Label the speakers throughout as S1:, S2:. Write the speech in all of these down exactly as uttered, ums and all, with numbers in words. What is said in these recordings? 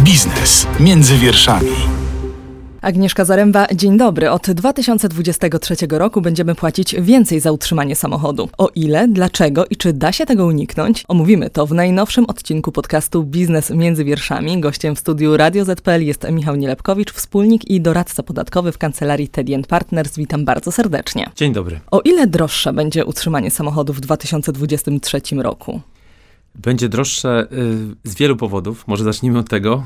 S1: Biznes między wierszami.
S2: Agnieszka Zaręba, dzień dobry. Od dwa tysiące dwudziestego trzeciego roku będziemy płacić więcej za utrzymanie samochodu. O ile, dlaczego i czy da się tego uniknąć? Omówimy to w najnowszym odcinku podcastu Biznes między wierszami. Gościem w studiu Radio Z kropka P L jest Michał Nielepkowicz, wspólnik i doradca podatkowy w kancelarii Teddy and Partners. Witam bardzo serdecznie.
S3: Dzień dobry.
S2: O ile droższe będzie utrzymanie samochodu w dwa tysiące dwudziestym trzecim roku?
S3: Będzie droższe y, z wielu powodów. Może zacznijmy od tego.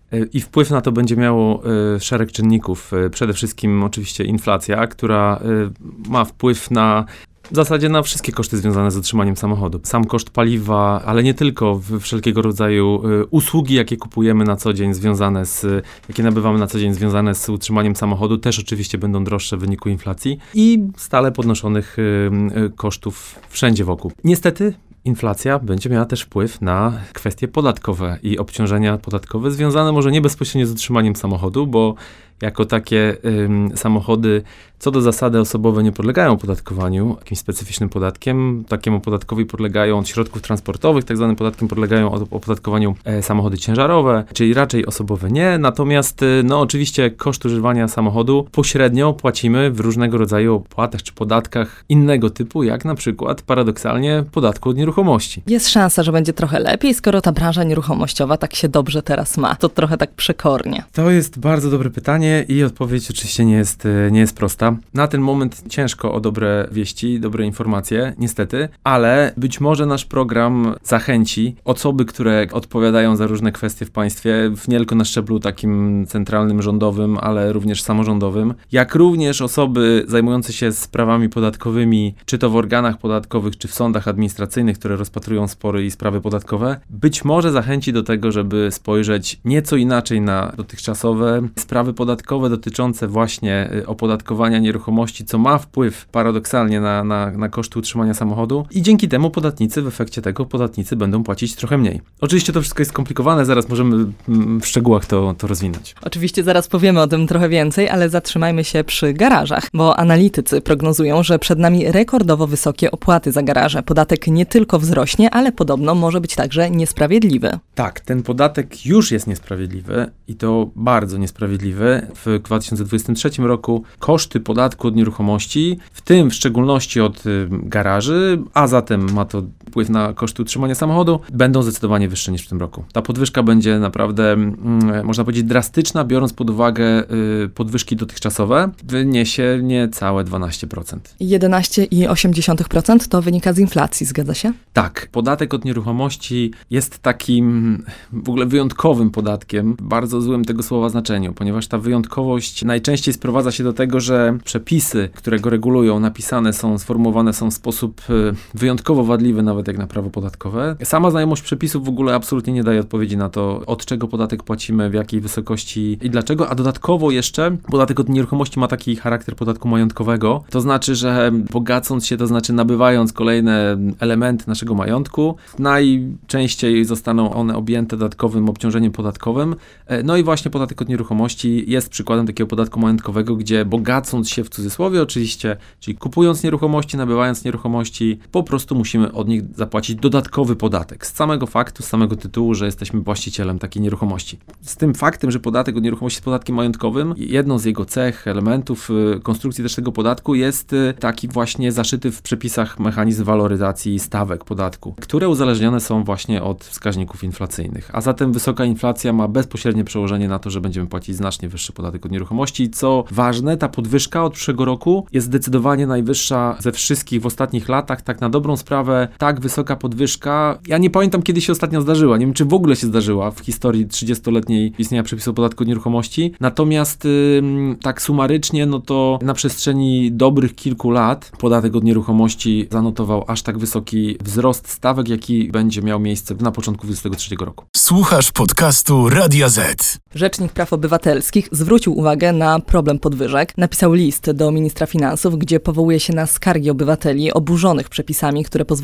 S3: I wpływ na to będzie miało y, szereg czynników. Y, przede wszystkim oczywiście inflacja, która y, ma wpływ na w zasadzie na wszystkie koszty związane z utrzymaniem samochodu. Sam koszt paliwa, ale nie tylko, w wszelkiego rodzaju y, usługi, jakie kupujemy na co dzień związane z, jakie nabywamy na co dzień związane z utrzymaniem samochodu, też oczywiście będą droższe w wyniku inflacji i stale podnoszonych y, y, kosztów wszędzie wokół. Niestety inflacja będzie miała też wpływ na kwestie podatkowe i obciążenia podatkowe związane może nie bezpośrednio z utrzymaniem samochodu, bo jako takie ym, samochody co do zasady osobowe nie podlegają opodatkowaniu jakimś specyficznym podatkiem. Takiemu podatkowi podlegają od środków transportowych, tak zwanym podatkiem podlegają opodatkowaniu e, samochody ciężarowe, czyli raczej osobowe nie. Natomiast y, no oczywiście koszt używania samochodu pośrednio płacimy w różnego rodzaju opłatach czy podatkach innego typu, jak na przykład paradoksalnie podatku od nieruchomości.
S2: Jest szansa, że będzie trochę lepiej, skoro ta branża nieruchomościowa tak się dobrze teraz ma. To trochę tak przekornie.
S3: To jest bardzo dobre pytanie i odpowiedź oczywiście nie jest, nie jest prosta. Na ten moment ciężko o dobre wieści, dobre informacje, niestety, ale być może nasz program zachęci osoby, które odpowiadają za różne kwestie w państwie, nie tylko na szczeblu takim centralnym, rządowym, ale również samorządowym, jak również osoby zajmujące się sprawami podatkowymi, czy to w organach podatkowych, czy w sądach administracyjnych, które rozpatrują spory i sprawy podatkowe, być może zachęci do tego, żeby spojrzeć nieco inaczej na dotychczasowe sprawy podatkowe dotyczące właśnie opodatkowania nieruchomości, co ma wpływ paradoksalnie na, na, na koszty utrzymania samochodu i dzięki temu podatnicy, w efekcie tego podatnicy będą płacić trochę mniej. Oczywiście to wszystko jest skomplikowane, zaraz możemy w szczegółach to, to rozwinąć.
S2: Oczywiście zaraz powiemy o tym trochę więcej, ale zatrzymajmy się przy garażach, bo analitycy prognozują, że przed nami rekordowo wysokie opłaty za garaże. Podatek nie tylko wzrośnie, ale podobno może być także niesprawiedliwy.
S3: Tak, ten podatek już jest niesprawiedliwy i to bardzo niesprawiedliwy. W dwa tysiące dwudziestym trzecim roku koszty podatku od nieruchomości, w tym w szczególności od y, garaży, a zatem ma to wpływ na koszty utrzymania samochodu, będą zdecydowanie wyższe niż w tym roku. Ta podwyżka będzie naprawdę, y, można powiedzieć, drastyczna, biorąc pod uwagę y, podwyżki dotychczasowe, wyniesie niecałe dwanaście procent.
S2: jedenaście przecinek osiem procent to wynika z inflacji, zgadza się?
S3: Tak. Podatek od nieruchomości jest takim w ogóle wyjątkowym podatkiem, w bardzo złym tego słowa znaczeniu, ponieważ ta wyjątkowość najczęściej sprowadza się do tego, że przepisy, które go regulują, napisane są, sformułowane są w sposób wyjątkowo wadliwy, nawet jak na prawo podatkowe. Sama znajomość przepisów w ogóle absolutnie nie daje odpowiedzi na to, od czego podatek płacimy, w jakiej wysokości i dlaczego, a dodatkowo jeszcze podatek od nieruchomości ma taki charakter podatku majątkowego, to znaczy, że bogacąc się, to znaczy nabywając kolejne elementy naszego majątku, najczęściej zostaną one objęte dodatkowym obciążeniem podatkowym. No i właśnie podatek od nieruchomości jest przykładem takiego podatku majątkowego, gdzie bogacąc się w cudzysłowie oczywiście, czyli kupując nieruchomości, nabywając nieruchomości, po prostu musimy od nich zapłacić dodatkowy podatek. Z samego faktu, z samego tytułu, że jesteśmy właścicielem takiej nieruchomości. Z tym faktem, że podatek od nieruchomości jest podatkiem majątkowym, jedną z jego cech, elementów konstrukcji też tego podatku jest taki właśnie zaszyty w przepisach mechanizm waloryzacji stawek podatku, które uzależnione są właśnie od wskaźników inflacyjnych. A zatem wysoka inflacja ma bezpośrednie przełożenie na to, że będziemy płacić znacznie wyższy podatek od nieruchomości. Co ważne, ta podwyżka od przyszłego roku jest zdecydowanie najwyższa ze wszystkich w ostatnich latach. Tak na dobrą sprawę, tak wysoka podwyżka, ja nie pamiętam, kiedy się ostatnio zdarzyła. Nie wiem, czy w ogóle się zdarzyła w historii trzydziestoletniej istnienia przepisu o podatku od nieruchomości. Natomiast yy, tak sumarycznie, no to na przestrzeni dobrych kilku lat podatek od nieruchomości zanotował aż tak wysoki wzrost stawek, jaki będzie miał miejsce na początku dwudziestego trzeciego roku.
S1: Słuchasz podcastu Radia Z.
S2: Rzecznik Praw Obywatelskich zwrócił uwagę na problem podwyżek. Napisał list do ministra finansów, gdzie powołuje się na skargi obywateli oburzonych przepisami, które pozwalają na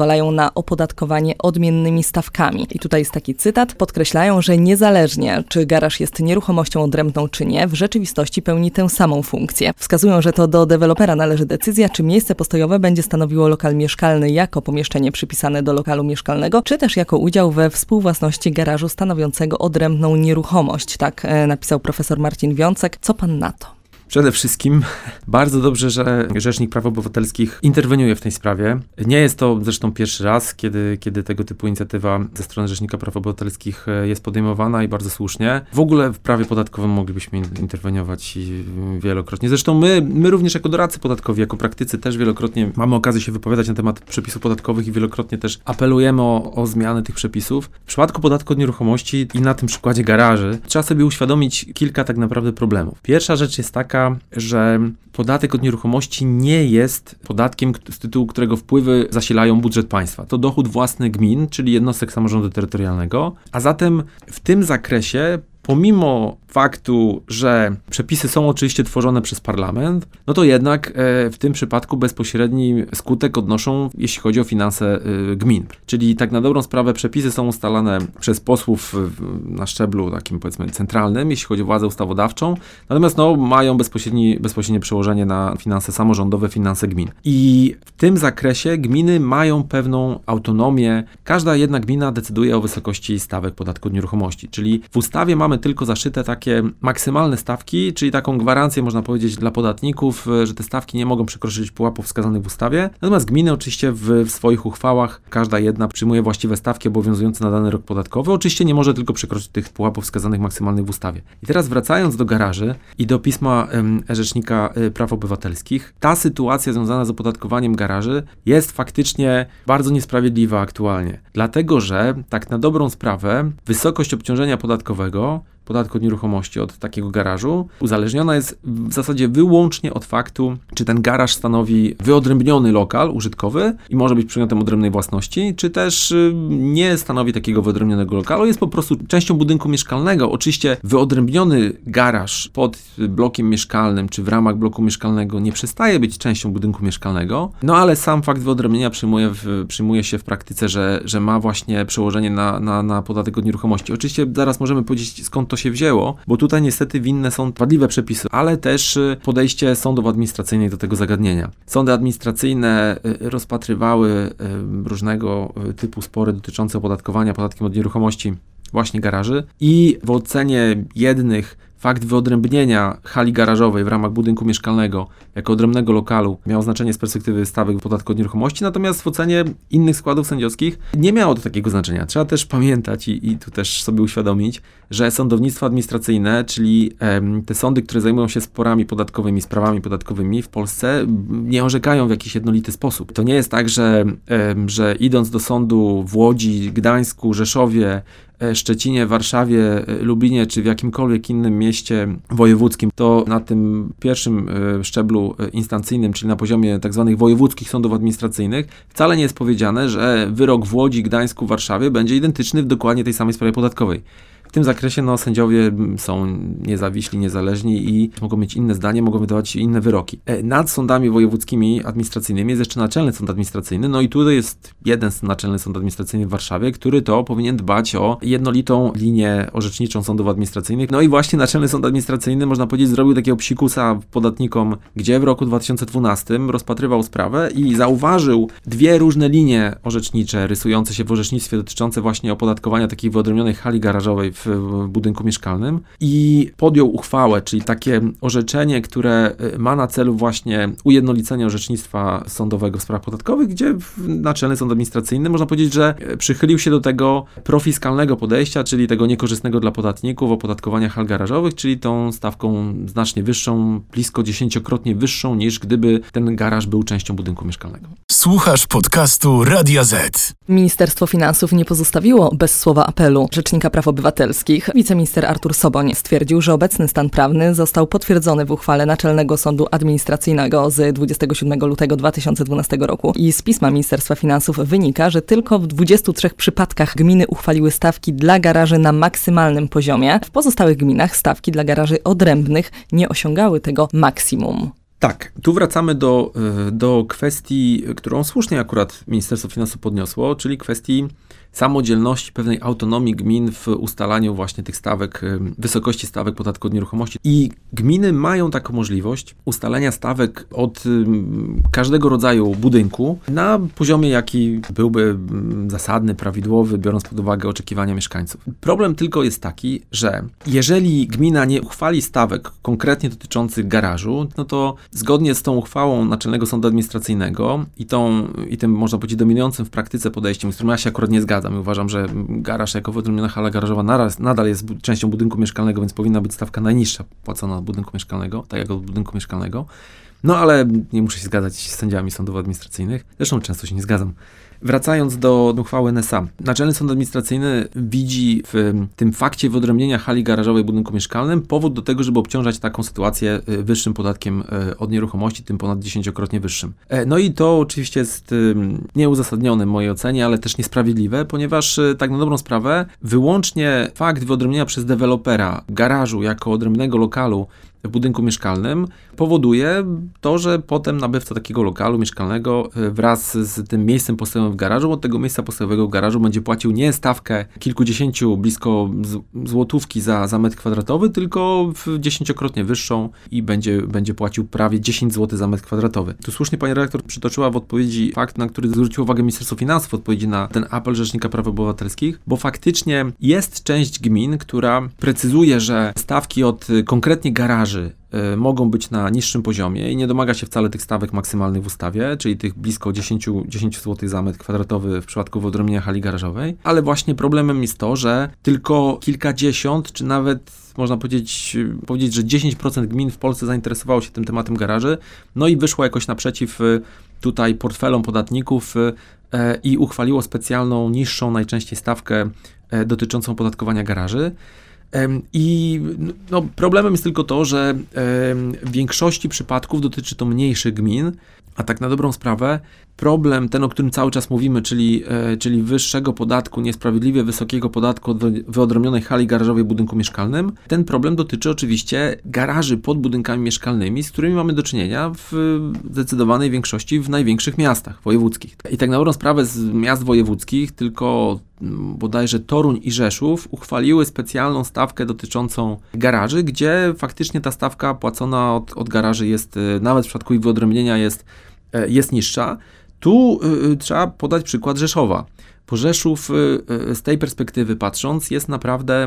S2: na opodatkowanie odmiennymi stawkami. I tutaj jest taki cytat. Podkreślają, że niezależnie, czy garaż jest nieruchomością odrębną, czy nie, w rzeczywistości pełni tę samą funkcję. Wskazują, że to do dewelopera należy decyzja, czy miejsce postojowe będzie stanowiło lokal mieszkalny jako pomieszczenie przypisane do lokalu mieszkalnego, czy też jako udział we współwłasności garażu stanowiącego odrębną nieruchomość. Tak e, napisał profesor Marcin Wiącek. Co pan na to?
S3: Przede wszystkim bardzo dobrze, że Rzecznik Praw Obywatelskich interweniuje w tej sprawie. Nie jest to zresztą pierwszy raz, kiedy, kiedy tego typu inicjatywa ze strony Rzecznika Praw Obywatelskich jest podejmowana i bardzo słusznie. W ogóle w prawie podatkowym moglibyśmy interweniować wielokrotnie. Zresztą my, my również jako doradcy podatkowi, jako praktycy też wielokrotnie mamy okazję się wypowiadać na temat przepisów podatkowych i wielokrotnie też apelujemy o, o zmianę tych przepisów. W przypadku podatku od nieruchomości i na tym przykładzie garaży trzeba sobie uświadomić kilka tak naprawdę problemów. Pierwsza rzecz jest taka, że podatek od nieruchomości nie jest podatkiem, z tytułu którego wpływy zasilają budżet państwa. To dochód własny gmin, czyli jednostek samorządu terytorialnego, a zatem w tym zakresie pomimo faktu, że przepisy są oczywiście tworzone przez parlament, no to jednak e, w tym przypadku bezpośredni skutek odnoszą, jeśli chodzi o finanse e, gmin. Czyli tak na dobrą sprawę przepisy są ustalane przez posłów w, na szczeblu takim powiedzmy centralnym, jeśli chodzi o władzę ustawodawczą, natomiast no, mają bezpośredni, bezpośrednie przełożenie na finanse samorządowe, finanse gmin. I w tym zakresie gminy mają pewną autonomię. Każda jedna gmina decyduje o wysokości stawek podatku od nieruchomości, czyli w ustawie mamy tylko zaszyte takie maksymalne stawki, czyli taką gwarancję można powiedzieć dla podatników, że te stawki nie mogą przekroczyć pułapów wskazanych w ustawie. Natomiast gminy oczywiście w, w swoich uchwałach, każda jedna przyjmuje właściwe stawki obowiązujące na dany rok podatkowy. Oczywiście nie może tylko przekroczyć tych pułapów wskazanych maksymalnych w ustawie. I teraz wracając do garaży i do pisma em, Rzecznika Praw Obywatelskich, ta sytuacja związana z opodatkowaniem garaży jest faktycznie bardzo niesprawiedliwa aktualnie. Dlatego, że tak na dobrą sprawę wysokość obciążenia podatkowego podatku od nieruchomości od takiego garażu uzależniona jest w zasadzie wyłącznie od faktu, czy ten garaż stanowi wyodrębniony lokal użytkowy i może być przedmiotem odrębnej własności, czy też nie stanowi takiego wyodrębnionego lokalu, jest po prostu częścią budynku mieszkalnego. Oczywiście wyodrębniony garaż pod blokiem mieszkalnym, czy w ramach bloku mieszkalnego nie przestaje być częścią budynku mieszkalnego, no ale sam fakt wyodrębnienia przyjmuje, w, przyjmuje się w praktyce, że, że ma właśnie przełożenie na, na, na podatek od nieruchomości. Oczywiście zaraz możemy powiedzieć, skąd to się wzięło, bo tutaj niestety winne są wadliwe przepisy, ale też podejście sądów administracyjnych do tego zagadnienia. Sądy administracyjne rozpatrywały różnego typu spory dotyczące opodatkowania podatkiem od nieruchomości właśnie garaży i w ocenie jednych fakt wyodrębnienia hali garażowej w ramach budynku mieszkalnego jako odrębnego lokalu miał znaczenie z perspektywy stawek podatku od nieruchomości, natomiast w ocenie innych składów sędziowskich nie miało to takiego znaczenia. Trzeba też pamiętać i, i tu też sobie uświadomić, że sądownictwo administracyjne, czyli em, te sądy, które zajmują się sporami podatkowymi, sprawami podatkowymi w Polsce, nie orzekają w jakiś jednolity sposób. To nie jest tak, że, em, że idąc do sądu w Łodzi, Gdańsku, Rzeszowie, Szczecinie, Warszawie, Lublinie czy w jakimkolwiek innym mieście wojewódzkim, to na tym pierwszym szczeblu instancyjnym, czyli na poziomie tak zwanych wojewódzkich sądów administracyjnych, wcale nie jest powiedziane, że wyrok w Łodzi, Gdańsku, Warszawie będzie identyczny w dokładnie tej samej sprawie podatkowej. W tym zakresie no, sędziowie są niezawiśli, niezależni i mogą mieć inne zdanie, mogą wydawać inne wyroki. Nad sądami wojewódzkimi administracyjnymi jest jeszcze Naczelny Sąd Administracyjny, no i tutaj jest jeden Naczelny Sąd Administracyjny w Warszawie, który to powinien dbać o jednolitą linię orzeczniczą sądów administracyjnych. No i właśnie Naczelny Sąd Administracyjny, można powiedzieć, zrobił takiego psikusa podatnikom, gdzie w roku dwa tysiące dwunastym rozpatrywał sprawę i zauważył dwie różne linie orzecznicze rysujące się w orzecznictwie dotyczące właśnie opodatkowania takiej wyodrębnionej hali garażowej w w budynku mieszkalnym i podjął uchwałę, czyli takie orzeczenie, które ma na celu właśnie ujednolicenie orzecznictwa sądowego w sprawach podatkowych, gdzie Naczelny Sąd Administracyjny, można powiedzieć, że przychylił się do tego profiskalnego podejścia, czyli tego niekorzystnego dla podatników opodatkowania hal garażowych, czyli tą stawką znacznie wyższą, blisko dziesięciokrotnie wyższą, niż gdyby ten garaż był częścią budynku mieszkalnego.
S1: Słuchasz podcastu Radia Z.
S2: Ministerstwo Finansów nie pozostawiło bez słowa apelu Rzecznika Praw Obywatelskich. Wiceminister Artur Soboń stwierdził, że obecny stan prawny został potwierdzony w uchwale Naczelnego Sądu Administracyjnego z dwudziestego siódmego lutego dwa tysiące dwunastego roku. I z pisma Ministerstwa Finansów wynika, że tylko w dwudziestu trzech przypadkach gminy uchwaliły stawki dla garaży na maksymalnym poziomie. W pozostałych gminach stawki dla garaży odrębnych nie osiągały tego maksimum.
S3: Tak, tu wracamy do, do kwestii, którą słusznie akurat Ministerstwo Finansów podniosło, czyli kwestii samodzielności, pewnej autonomii gmin w ustalaniu właśnie tych stawek, wysokości stawek podatku od nieruchomości. I gminy mają taką możliwość ustalenia stawek od każdego rodzaju budynku na poziomie, jaki byłby zasadny, prawidłowy, biorąc pod uwagę oczekiwania mieszkańców. Problem tylko jest taki, że jeżeli gmina nie uchwali stawek konkretnie dotyczących garażu, no to zgodnie z tą uchwałą Naczelnego Sądu Administracyjnego i, tą, i tym, można powiedzieć, dominującym w praktyce podejściem, z którym ja się akurat nie zgadzam, i uważam, że garaż jako wyodrębniona hala garażowa naraz, nadal jest bu- częścią budynku mieszkalnego, więc powinna być stawka najniższa płacona od budynku mieszkalnego, tak jak od budynku mieszkalnego. No ale nie muszę się zgadzać z sędziami sądów administracyjnych. Zresztą często się nie zgadzam. Wracając do uchwały N S A. Naczelny Sąd Administracyjny widzi w tym fakcie wyodrębnienia hali garażowej w budynku mieszkalnym powód do tego, żeby obciążać taką sytuację wyższym podatkiem od nieruchomości, tym ponad dziesięciokrotnie wyższym. No i to oczywiście jest nieuzasadnione w mojej ocenie, ale też niesprawiedliwe, ponieważ tak na dobrą sprawę wyłącznie fakt wyodrębnienia przez dewelopera garażu jako odrębnego lokalu w budynku mieszkalnym powoduje to, że potem nabywca takiego lokalu mieszkalnego wraz z tym miejscem postojowym w garażu, od tego miejsca postojowego w garażu będzie płacił nie stawkę kilkudziesięciu, blisko złotówki za, za metr kwadratowy, tylko dziesięciokrotnie wyższą i będzie, będzie płacił prawie dziesięć złotych za metr kwadratowy. Tu słusznie pani redaktor przytoczyła w odpowiedzi fakt, na który zwróciło uwagę Ministerstwo Finansów w odpowiedzi na ten apel Rzecznika Praw Obywatelskich, bo faktycznie jest część gmin, która precyzuje, że stawki od konkretnie garaży mogą być na niższym poziomie i nie domaga się wcale tych stawek maksymalnych w ustawie, czyli tych blisko dziesięć złotych za metr kwadratowy w przypadku wyodrębnienia hali garażowej, ale właśnie problemem jest to, że tylko kilkadziesiąt, czy nawet można powiedzieć, powiedzieć, że dziesięć procent gmin w Polsce zainteresowało się tym tematem garaży, no i wyszło jakoś naprzeciw tutaj portfelom podatników i uchwaliło specjalną, niższą najczęściej stawkę dotyczącą opodatkowania garaży. I no, problemem jest tylko to, że w większości przypadków dotyczy to mniejszych gmin, a tak na dobrą sprawę problem ten, o którym cały czas mówimy, czyli, czyli wyższego podatku, niesprawiedliwie wysokiego podatku od wyodrębnionej hali garażowej w budynku mieszkalnym, ten problem dotyczy oczywiście garaży pod budynkami mieszkalnymi, z którymi mamy do czynienia w zdecydowanej większości w największych miastach wojewódzkich. I tak na dobrą sprawę z miast wojewódzkich tylko bodajże Toruń i Rzeszów uchwaliły specjalną stawkę dotyczącą garaży, gdzie faktycznie ta stawka płacona od, od garaży jest, nawet w przypadku ich wyodrębnienia jest, jest niższa. Tu y, trzeba podać przykład Rzeszowa, bo Rzeszów y, y, z tej perspektywy patrząc jest naprawdę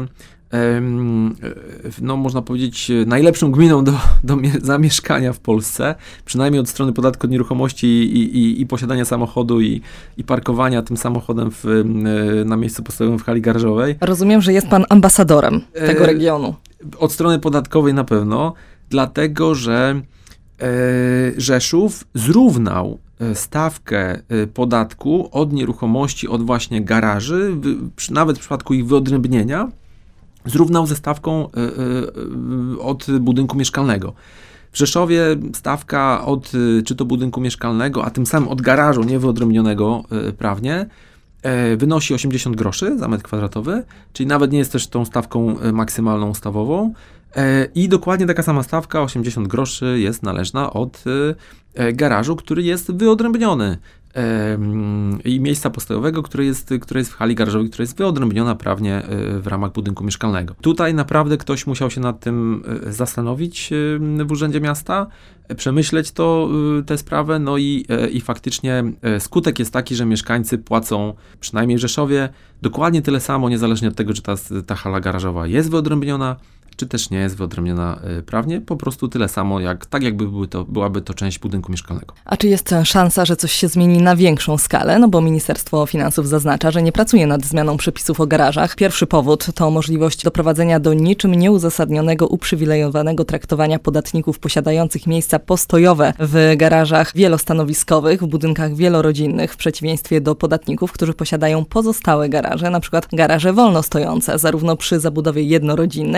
S3: no można powiedzieć najlepszą gminą do, do zamieszkania w Polsce, przynajmniej od strony podatku od nieruchomości i, i, i posiadania samochodu i, i parkowania tym samochodem w, na miejscu postojowym w hali garażowej.
S2: Rozumiem, że jest pan ambasadorem tego regionu.
S3: Od strony podatkowej na pewno, dlatego że Rzeszów zrównał stawkę podatku od nieruchomości, od właśnie garaży, nawet w przypadku ich wyodrębnienia, zrównał ze stawką od budynku mieszkalnego. W Rzeszowie stawka od czy to budynku mieszkalnego, a tym samym od garażu niewyodrębnionego prawnie, wynosi osiemdziesiąt groszy za metr kwadratowy, czyli nawet nie jest też tą stawką maksymalną ustawową. I dokładnie taka sama stawka, osiemdziesiąt groszy, jest należna od garażu, który jest wyodrębniony i miejsca postojowego, które jest, które jest w hali garażowej, która jest wyodrębniona prawnie w ramach budynku mieszkalnego. Tutaj naprawdę ktoś musiał się nad tym zastanowić w Urzędzie Miasta, przemyśleć to, tę sprawę, no i, i faktycznie skutek jest taki, że mieszkańcy płacą, przynajmniej w Rzeszowie, dokładnie tyle samo, niezależnie od tego, czy ta, ta hala garażowa jest wyodrębniona, czy też nie jest wyodrębniona prawnie, po prostu tyle samo, jak tak jakby były to, byłaby to część budynku mieszkalnego.
S2: A czy jest szansa, że coś się zmieni na większą skalę? No bo Ministerstwo Finansów zaznacza, że nie pracuje nad zmianą przepisów o garażach. Pierwszy powód to możliwość doprowadzenia do niczym nieuzasadnionego, uprzywilejowanego traktowania podatników posiadających miejsca postojowe w garażach wielostanowiskowych, w budynkach wielorodzinnych, w przeciwieństwie do podatników, którzy posiadają pozostałe garaże, na przykład garaże wolno stojące, zarówno przy zabudowie jednorodzinnej, jak i tak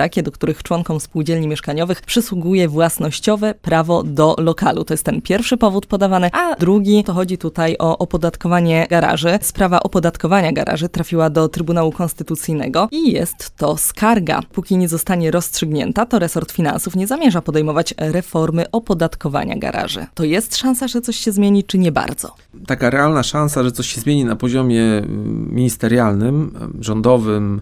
S2: takie, do których członkom spółdzielni mieszkaniowych przysługuje własnościowe prawo do lokalu. To jest ten pierwszy powód podawany, a drugi to chodzi tutaj o opodatkowanie garaży. Sprawa opodatkowania garaży trafiła do Trybunału Konstytucyjnego i jest to skarga. Póki nie zostanie rozstrzygnięta, to resort finansów nie zamierza podejmować reformy opodatkowania garaży. To jest szansa, że coś się zmieni, czy nie bardzo?
S3: Taka realna szansa, że coś się zmieni na poziomie ministerialnym, rządowym,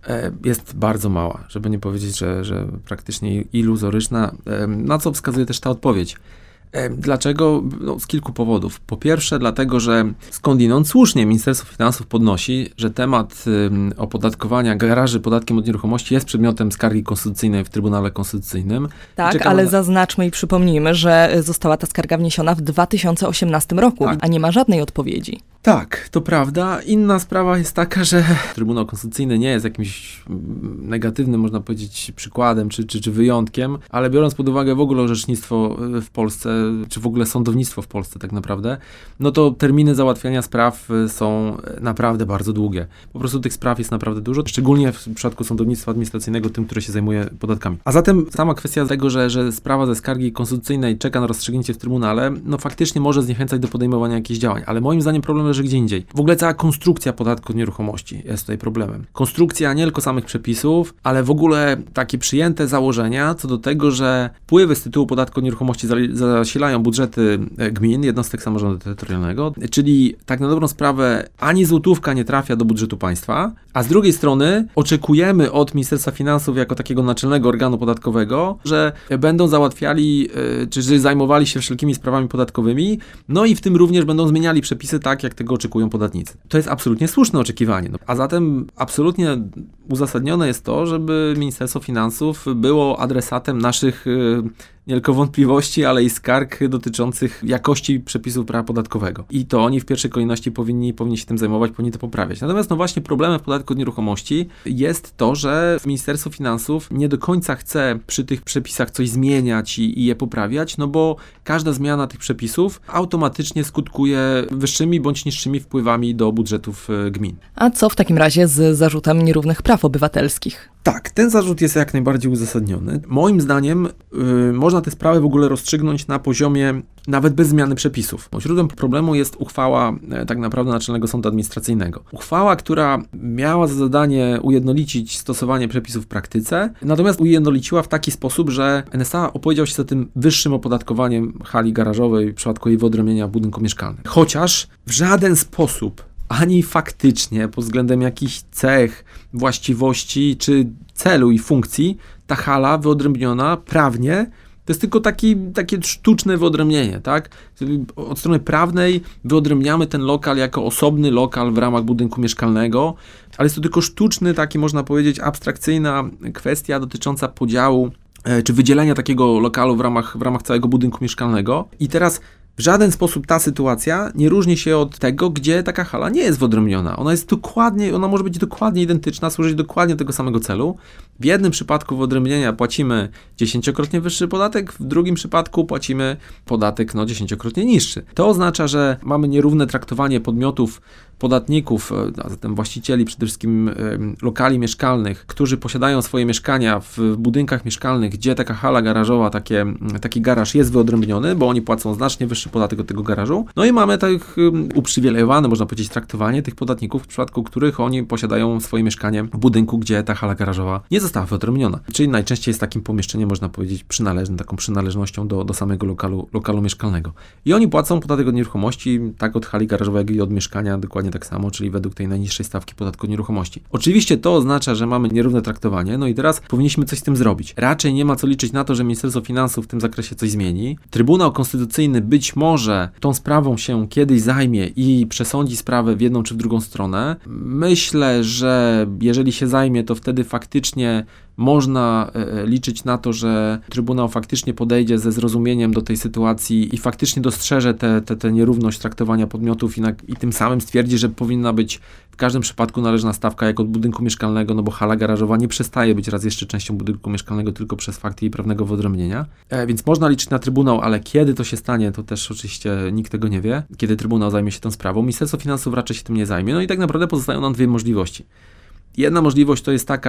S3: jest bardzo mała, żeby nie powiedzieć, że, że praktycznie iluzoryczna, na co wskazuje też ta odpowiedź. Dlaczego? No, z kilku powodów. Po pierwsze, dlatego, że skądinąd słusznie Ministerstwo Finansów podnosi, że temat y, opodatkowania garaży podatkiem od nieruchomości jest przedmiotem skargi konstytucyjnej w Trybunale Konstytucyjnym.
S2: Tak, ale na... zaznaczmy i przypomnijmy, że została ta skarga wniesiona w dwa tysiące osiemnastym roku, tak. A nie ma żadnej odpowiedzi.
S3: Tak, to prawda. Inna sprawa jest taka, że Trybunał Konstytucyjny nie jest jakimś negatywnym, można powiedzieć, przykładem czy, czy, czy wyjątkiem, ale biorąc pod uwagę w ogóle orzecznictwo w Polsce, czy w ogóle sądownictwo w Polsce tak naprawdę, no to terminy załatwiania spraw są naprawdę bardzo długie. Po prostu tych spraw jest naprawdę dużo, szczególnie w przypadku sądownictwa administracyjnego, tym, które się zajmuje podatkami. A zatem sama kwestia tego, że, że sprawa ze skargi konstytucyjnej czeka na rozstrzygnięcie w Trybunale, no faktycznie może zniechęcać do podejmowania jakichś działań, ale moim zdaniem problem leży gdzie indziej. W ogóle cała konstrukcja podatku od nieruchomości jest tutaj problemem. Konstrukcja nie tylko samych przepisów, ale w ogóle takie przyjęte założenia co do tego, że wpływy z tytułu podatku od nieruchomości zasilają budżety gmin, jednostek samorządu terytorialnego, czyli tak na dobrą sprawę ani złotówka nie trafia do budżetu państwa, a z drugiej strony oczekujemy od Ministerstwa Finansów jako takiego naczelnego organu podatkowego, że będą załatwiali, czy że zajmowali się wszelkimi sprawami podatkowymi, no i w tym również będą zmieniali przepisy tak, jak tego oczekują podatnicy. To jest absolutnie słuszne oczekiwanie. No, a zatem absolutnie uzasadnione jest to, żeby Ministerstwo Finansów było adresatem naszych yy, nie tylko wątpliwości, ale i skarg dotyczących jakości przepisów prawa podatkowego. I to oni w pierwszej kolejności powinni, powinni się tym zajmować, powinni to poprawiać. Natomiast no właśnie problemem w podatku od nieruchomości jest to, że Ministerstwo Finansów nie do końca chce przy tych przepisach coś zmieniać i, i je poprawiać, no bo każda zmiana tych przepisów automatycznie skutkuje wyższymi bądź niższymi wpływami do budżetów gmin.
S2: A co w takim razie z zarzutem nierównych praw obywatelskich?
S3: Tak, ten zarzut jest jak najbardziej uzasadniony. Moim zdaniem yy, można tę sprawę w ogóle rozstrzygnąć na poziomie nawet bez zmiany przepisów. Źródłem problemu jest uchwała e, tak naprawdę Naczelnego Sądu Administracyjnego. Uchwała, która miała za zadanie ujednolicić stosowanie przepisów w praktyce, natomiast ujednoliciła w taki sposób, że N S A opowiedział się za tym wyższym opodatkowaniem hali garażowej w przypadku jej wyodrębnienia w budynku mieszkalnym. Chociaż w żaden sposób ani faktycznie pod względem jakichś cech, właściwości czy celu i funkcji ta hala wyodrębniona prawnie to jest tylko taki, takie sztuczne wyodrębnienie, tak? Od strony prawnej wyodrębniamy ten lokal jako osobny lokal w ramach budynku mieszkalnego, ale jest to tylko sztuczny, taki można powiedzieć abstrakcyjna kwestia dotycząca podziału czy wydzielenia takiego lokalu w ramach, w ramach całego budynku mieszkalnego. I teraz w żaden sposób ta sytuacja nie różni się od tego, gdzie taka hala nie jest wyodrębniona. Ona jest dokładnie, ona może być dokładnie identyczna, służyć dokładnie tego samego celu. W jednym przypadku wyodrębnienia płacimy dziesięciokrotnie wyższy podatek, w drugim przypadku płacimy podatek no dziesięciokrotnie niższy. To oznacza, że mamy nierówne traktowanie podmiotów, podatników, a zatem właścicieli przede wszystkim lokali mieszkalnych, którzy posiadają swoje mieszkania w budynkach mieszkalnych, gdzie taka hala garażowa, takie, taki garaż jest wyodrębniony, bo oni płacą znacznie wyższy podatek od tego garażu. No i mamy tak uprzywilejowane, można powiedzieć, traktowanie tych podatników, w przypadku których oni posiadają swoje mieszkanie w budynku, gdzie ta hala garażowa nie została wyodrębniona. Czyli najczęściej jest takim pomieszczeniem, można powiedzieć, przynależnym, taką przynależnością do, do samego lokalu, lokalu mieszkalnego. I oni płacą podatek od nieruchomości tak od hali garażowej, jak i od mieszkania, dokładnie tak samo, czyli według tej najniższej stawki podatku od nieruchomości. Oczywiście to oznacza, że mamy nierówne traktowanie, no i teraz powinniśmy coś z tym zrobić. Raczej nie ma co liczyć na to, że Ministerstwo Finansów w tym zakresie coś zmieni. Trybunał Konstytucyjny być może tą sprawą się kiedyś zajmie i przesądzi sprawę w jedną czy w drugą stronę. Myślę, że jeżeli się zajmie, to wtedy faktycznie można e, liczyć na to, że Trybunał faktycznie podejdzie ze zrozumieniem do tej sytuacji i faktycznie dostrzeże tę te, te, te nierówność traktowania podmiotów i, na, i tym samym stwierdzi, że powinna być w każdym przypadku należna stawka jak od budynku mieszkalnego, no bo hala garażowa nie przestaje być raz jeszcze częścią budynku mieszkalnego tylko przez fakt jej prawnego wyodrębnienia. E, więc można liczyć na Trybunał, ale kiedy to się stanie, to też oczywiście nikt tego nie wie, kiedy Trybunał zajmie się tą sprawą. Ministerstwo Finansów raczej się tym nie zajmie. No i tak naprawdę pozostają nam dwie możliwości. Jedna możliwość to jest taka,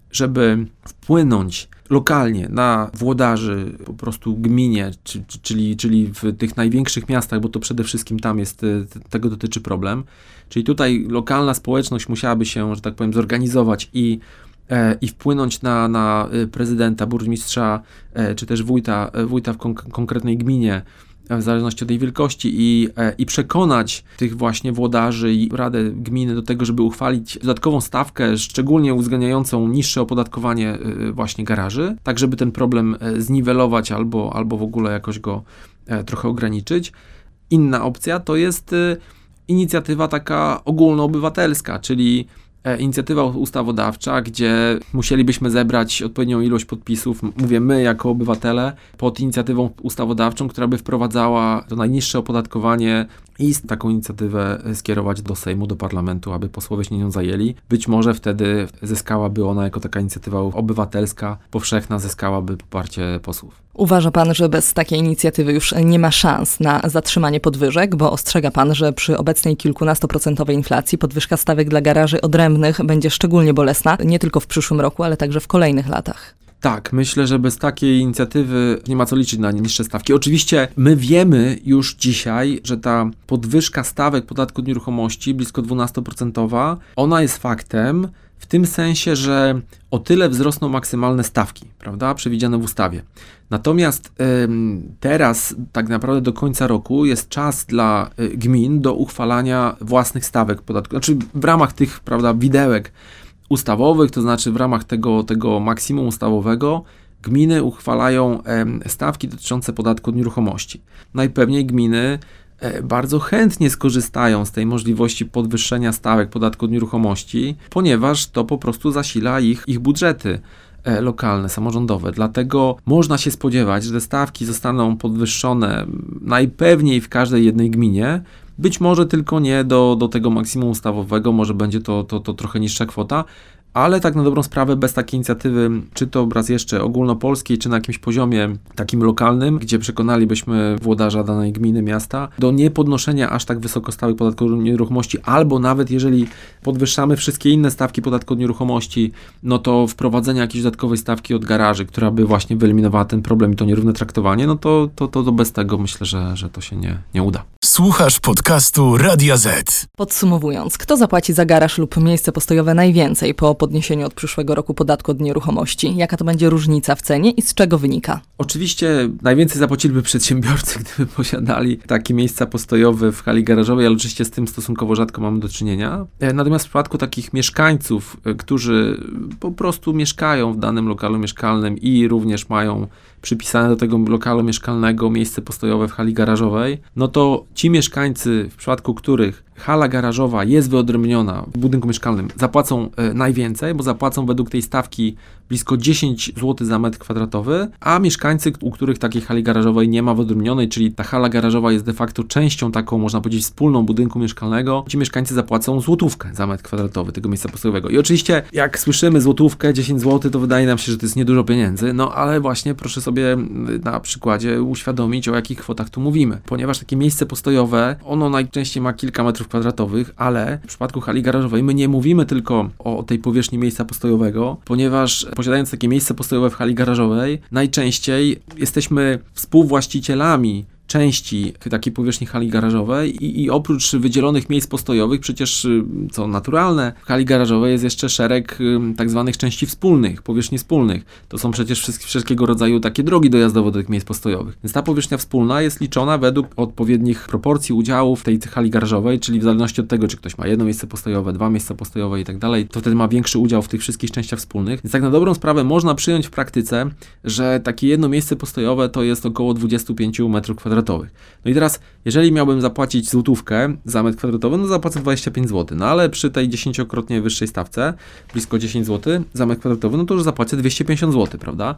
S3: żeby wpłynąć lokalnie na włodarzy po prostu gminie, czy, czyli, czyli w tych największych miastach, bo to przede wszystkim tam jest, tego dotyczy problem. Czyli tutaj lokalna społeczność musiałaby się, że tak powiem, zorganizować i, e, i wpłynąć na, na prezydenta, burmistrza, e, czy też wójta, wójta w konk- konkretnej gminie, w zależności od jej wielkości i, i przekonać tych właśnie włodarzy i Radę Gminy do tego, żeby uchwalić dodatkową stawkę, szczególnie uwzględniającą niższe opodatkowanie właśnie garaży, tak żeby ten problem zniwelować albo, albo w ogóle jakoś go trochę ograniczyć. Inna opcja to jest inicjatywa taka ogólnoobywatelska, czyli inicjatywa ustawodawcza, gdzie musielibyśmy zebrać odpowiednią ilość podpisów, mówię my jako obywatele, pod inicjatywą ustawodawczą, która by wprowadzała to najniższe opodatkowanie i taką inicjatywę skierować do Sejmu, do Parlamentu, aby posłowie się nią zajęli. Być może wtedy zyskałaby ona jako taka inicjatywa obywatelska, powszechna, zyskałaby poparcie posłów.
S2: Uważa pan, że bez takiej inicjatywy już nie ma szans na zatrzymanie podwyżek, bo ostrzega pan, że przy obecnej kilkunastoprocentowej inflacji podwyżka stawek dla garaży odrębnych będzie szczególnie bolesna, nie tylko w przyszłym roku, ale także w kolejnych latach.
S3: Tak, myślę, że bez takiej inicjatywy nie ma co liczyć na niższe stawki. Oczywiście my wiemy już dzisiaj, że ta podwyżka stawek podatku od nieruchomości, blisko dwunastoprocentowa, ona jest faktem, w tym sensie, że o tyle wzrosną maksymalne stawki, prawda, przewidziane w ustawie. Natomiast ym, teraz tak naprawdę do końca roku jest czas dla y, gmin do uchwalania własnych stawek podatku, znaczy w ramach tych, prawda, widełek ustawowych, to znaczy w ramach tego, tego maksimum ustawowego, gminy uchwalają ym, stawki dotyczące podatku od nieruchomości. Najpewniej gminy bardzo chętnie skorzystają z tej możliwości podwyższenia stawek podatku od nieruchomości, ponieważ to po prostu zasila ich, ich budżety lokalne, samorządowe. Dlatego można się spodziewać, że te stawki zostaną podwyższone najpewniej w każdej jednej gminie, być może tylko nie do, do tego maksimum ustawowego, może będzie to, to, to trochę niższa kwota, ale tak na dobrą sprawę bez takiej inicjatywy, czy to raz jeszcze ogólnopolskiej, czy na jakimś poziomie takim lokalnym, gdzie przekonalibyśmy włodarza danej gminy, miasta do niepodnoszenia aż tak wysoko stawek podatku od nieruchomości, albo nawet jeżeli podwyższamy wszystkie inne stawki podatku od nieruchomości, no to wprowadzenia jakiejś dodatkowej stawki od garaży, która by właśnie wyeliminowała ten problem i to nierówne traktowanie, no to, to, to, to bez tego myślę, że, że to się nie, nie uda.
S1: Słuchasz podcastu Radia Z.
S2: Podsumowując, kto zapłaci za garaż lub miejsce postojowe najwięcej po podniesieniu od przyszłego roku podatku od nieruchomości? Jaka to będzie różnica w cenie i z czego wynika?
S3: Oczywiście najwięcej zapłaciliby przedsiębiorcy, gdyby posiadali takie miejsca postojowe w hali garażowej, ale oczywiście z tym stosunkowo rzadko mamy do czynienia. Natomiast w przypadku takich mieszkańców, którzy po prostu mieszkają w danym lokalu mieszkalnym i również mają przypisane do tego lokalu mieszkalnego miejsce postojowe w hali garażowej, no to ci mieszkańcy, w przypadku których hala garażowa jest wyodrębniona w budynku mieszkalnym, zapłacą e, najwięcej, bo zapłacą według tej stawki blisko dziesięć złotych za metr kwadratowy, a mieszkańcy, u których takiej hali garażowej nie ma wyodrębnionej, czyli ta hala garażowa jest de facto częścią taką, można powiedzieć, wspólną budynku mieszkalnego, ci mieszkańcy zapłacą złotówkę za metr kwadratowy tego miejsca postojowego. I oczywiście, jak słyszymy złotówkę, dziesięć złotych, to wydaje nam się, że to jest niedużo pieniędzy, no ale właśnie proszę sobie na przykładzie uświadomić, o jakich kwotach tu mówimy. Ponieważ takie miejsce postojowe, ono najczęściej ma kilka metrów kwadratowych, ale w przypadku hali garażowej my nie mówimy tylko o tej powierzchni miejsca postojowego, ponieważ posiadając takie miejsce postojowe w hali garażowej, najczęściej jesteśmy współwłaścicielami części takiej powierzchni hali garażowej i, i oprócz wydzielonych miejsc postojowych, przecież co naturalne, w hali garażowej jest jeszcze szereg y, tak zwanych części wspólnych, powierzchni wspólnych. To są przecież wszystkie, wszelkiego rodzaju takie drogi dojazdowe do tych miejsc postojowych. Więc ta powierzchnia wspólna jest liczona według odpowiednich proporcji udziałów w tej hali garażowej, czyli w zależności od tego, czy ktoś ma jedno miejsce postojowe, dwa miejsca postojowe i tak dalej, to wtedy ma większy udział w tych wszystkich częściach wspólnych. Więc tak na dobrą sprawę można przyjąć w praktyce, że takie jedno miejsce postojowe to jest około dwadzieścia pięć metrów kwadratowych. No i teraz, jeżeli miałbym zapłacić złotówkę za metr kwadratowy, no zapłacę dwadzieścia pięć złotych, no ale przy tej dziesięciokrotnie wyższej stawce, blisko dziesięć złotych za metr kwadratowy, no to już zapłacę dwieście pięćdziesiąt złotych, prawda?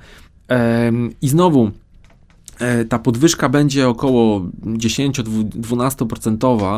S3: Ehm, I znowu ta podwyżka będzie około dziesięć do dwunastu procent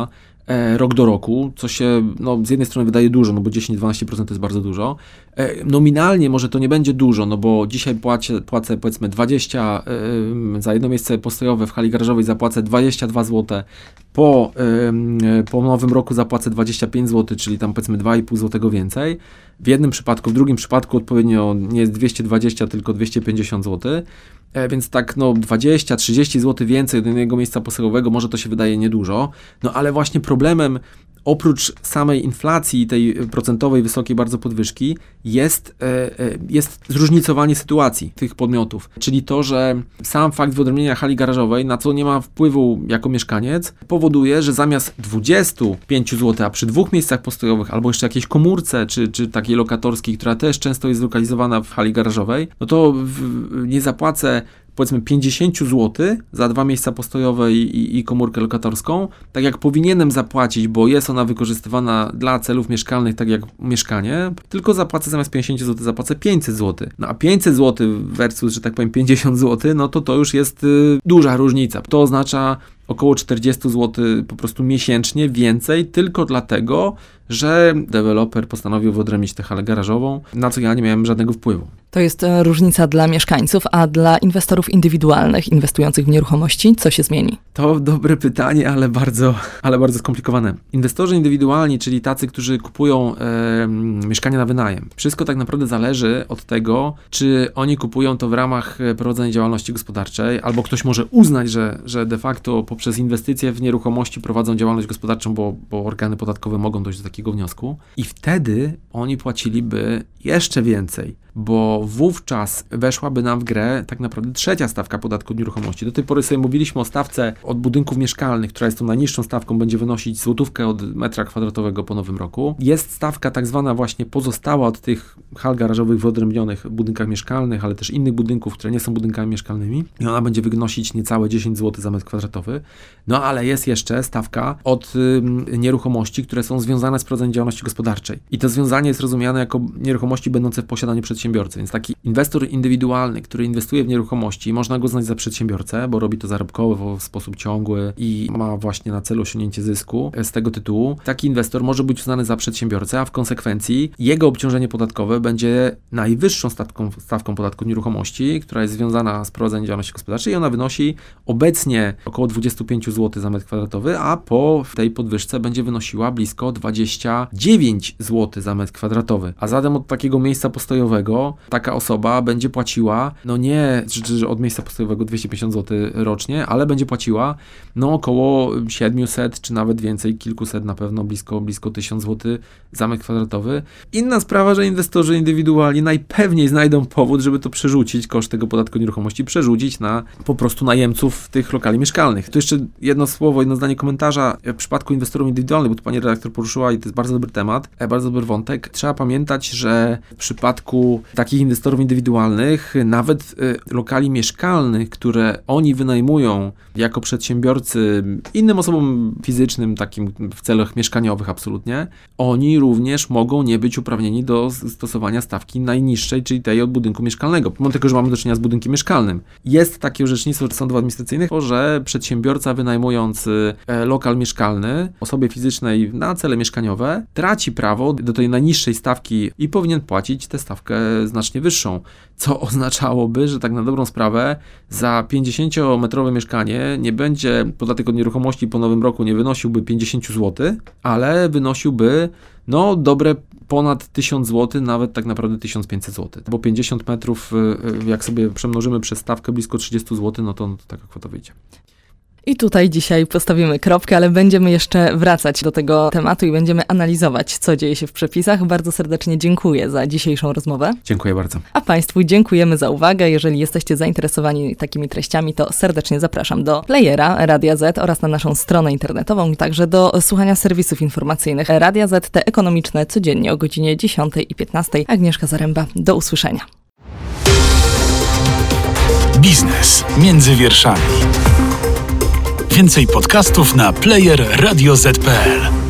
S3: e, rok do roku, co się no, z jednej strony wydaje dużo, no bo dziesięć do dwunastu procent to jest bardzo dużo. E, nominalnie może to nie będzie dużo, no bo dzisiaj płacę, płacę powiedzmy dwadzieścia e, za jedno miejsce postojowe w hali garażowej zapłacę dwadzieścia dwa złote, po, e, po nowym roku zapłacę dwadzieścia pięć złotych, czyli tam powiedzmy dwa i pół złotego więcej. W jednym przypadku, w drugim przypadku odpowiednio nie jest dwieście dwadzieścia, tylko dwieście pięćdziesiąt złotych. E, więc tak no dwadzieścia trzydzieści złotych więcej do jednego miejsca postojowego, może to się wydaje niedużo, no ale właśnie problemem oprócz samej inflacji, tej procentowej, wysokiej bardzo podwyżki, jest, e, e, jest zróżnicowanie sytuacji tych podmiotów. Czyli to, że sam fakt wyodrębnienia hali garażowej, na co nie ma wpływu jako mieszkaniec, powoduje, że zamiast dwadzieścia pięć złotych, a przy dwóch miejscach postojowych, albo jeszcze jakiejś komórce, czy, czy takiej lokatorskiej, która też często jest zlokalizowana w hali garażowej, no to w, nie zapłacę powiedzmy pięćdziesiąt złotych za dwa miejsca postojowe i, i, i komórkę lokatorską, tak jak powinienem zapłacić, bo jest ona wykorzystywana dla celów mieszkalnych, tak jak mieszkanie, tylko zapłacę zamiast pięćdziesiąt złotych, zapłacę pięćset złotych. No a pięćset złotych versus, że tak powiem, pięćdziesiąt złotych, no to to już jest y, duża różnica. To oznacza około czterdzieści złotych po prostu miesięcznie więcej, tylko dlatego, że deweloper postanowił wyodrębnić tę halę garażową, na co ja nie miałem żadnego wpływu.
S2: To jest e, różnica dla mieszkańców, a dla inwestorów indywidualnych, inwestujących w nieruchomości, co się zmieni?
S3: To dobre pytanie, ale bardzo, ale bardzo skomplikowane. Inwestorzy indywidualni, czyli tacy, którzy kupują e, mieszkania na wynajem. Wszystko tak naprawdę zależy od tego, czy oni kupują to w ramach prowadzenia działalności gospodarczej, albo ktoś może uznać, że, że de facto poprzez inwestycje w nieruchomości prowadzą działalność gospodarczą, bo, bo organy podatkowe mogą dojść do takiego wniosku. I wtedy oni płaciliby jeszcze więcej, bo wówczas weszłaby nam w grę tak naprawdę trzecia stawka podatku od nieruchomości. Do tej pory sobie mówiliśmy o stawce od budynków mieszkalnych, która jest tą najniższą stawką, będzie wynosić złotówkę od metra kwadratowego po nowym roku. Jest stawka tak zwana właśnie pozostała od tych hal garażowych wyodrębnionych w budynkach mieszkalnych, ale też innych budynków, które nie są budynkami mieszkalnymi i ona będzie wynosić niecałe dziesięć złotych za metr kwadratowy. No ale jest jeszcze stawka od y, nieruchomości, które są związane z prowadzeniem działalności gospodarczej. I to związanie jest rozumiane jako nieruchomości będące w posiadaniu przedsiębiorcy. Więc taki inwestor indywidualny, który inwestuje w nieruchomości, można go uznać za przedsiębiorcę, bo robi to zarobkowo w sposób ciągły i ma właśnie na celu osiągnięcie zysku z tego tytułu. Taki inwestor może być uznany za przedsiębiorcę, a w konsekwencji jego obciążenie podatkowe będzie najwyższą stawką, stawką podatku od nieruchomości, która jest związana z prowadzeniem działalności gospodarczej i ona wynosi obecnie około dwadzieścia pięć złotych za metr kwadratowy, a po tej podwyżce będzie wynosiła blisko dwadzieścia dziewięć złotych za metr kwadratowy. A zatem od takiego miejsca postojowego taka osoba będzie płaciła, no nie że od miejsca postojowego dwieście pięćdziesiąt złotych rocznie, ale będzie płaciła no około siedemset czy nawet więcej, kilkuset na pewno, blisko, blisko tysiąc złotych za metr kwadratowy. Inna sprawa, że inwestorzy indywidualni najpewniej znajdą powód, żeby to przerzucić, koszt tego podatku nieruchomości, przerzucić na po prostu najemców tych lokali mieszkalnych. To jeszcze jedno słowo, jedno zdanie komentarza w przypadku inwestorów indywidualnych, bo tu pani redaktor poruszyła i to jest bardzo dobry temat, bardzo dobry wątek. Trzeba pamiętać, że w przypadku takich inwestorów indywidualnych, nawet y, lokali mieszkalnych, które oni wynajmują jako przedsiębiorcy innym osobom fizycznym, takim w celach mieszkaniowych absolutnie, oni również mogą nie być uprawnieni do stosowania stawki najniższej, czyli tej od budynku mieszkalnego, pomimo tego, że mamy do czynienia z budynkiem mieszkalnym. Jest takie orzecznictwo sądów administracyjnych, że przedsiębiorca wynajmując e, lokal mieszkalny osobie fizycznej na cele mieszkaniowe traci prawo do tej najniższej stawki i powinien płacić tę stawkę znacznie wyższą, co oznaczałoby, że tak na dobrą sprawę za pięćdziesięciometrowe mieszkanie nie będzie podatek od nieruchomości po nowym roku nie wynosiłby pięćdziesiąt złotych, ale wynosiłby no dobre ponad tysiąc złotych, nawet tak naprawdę tysiąc pięćset złotych, bo pięćdziesiąt metrów, jak sobie przemnożymy przez stawkę blisko trzydzieści złotych, no to, to taka kwota wyjdzie.
S2: I tutaj dzisiaj postawimy kropkę, ale będziemy jeszcze wracać do tego tematu i będziemy analizować, co dzieje się w przepisach. Bardzo serdecznie dziękuję za dzisiejszą rozmowę.
S3: Dziękuję bardzo.
S2: A Państwu dziękujemy za uwagę. Jeżeli jesteście zainteresowani takimi treściami, to serdecznie zapraszam do playera Radia Z oraz na naszą stronę internetową i także do słuchania serwisów informacyjnych Radia Z, te ekonomiczne, codziennie o godzinie dziesiątej i piętnastej. Agnieszka Zaręba, do usłyszenia.
S1: Biznes między wierszami. Więcej podcastów na player radio zet kropka pe el.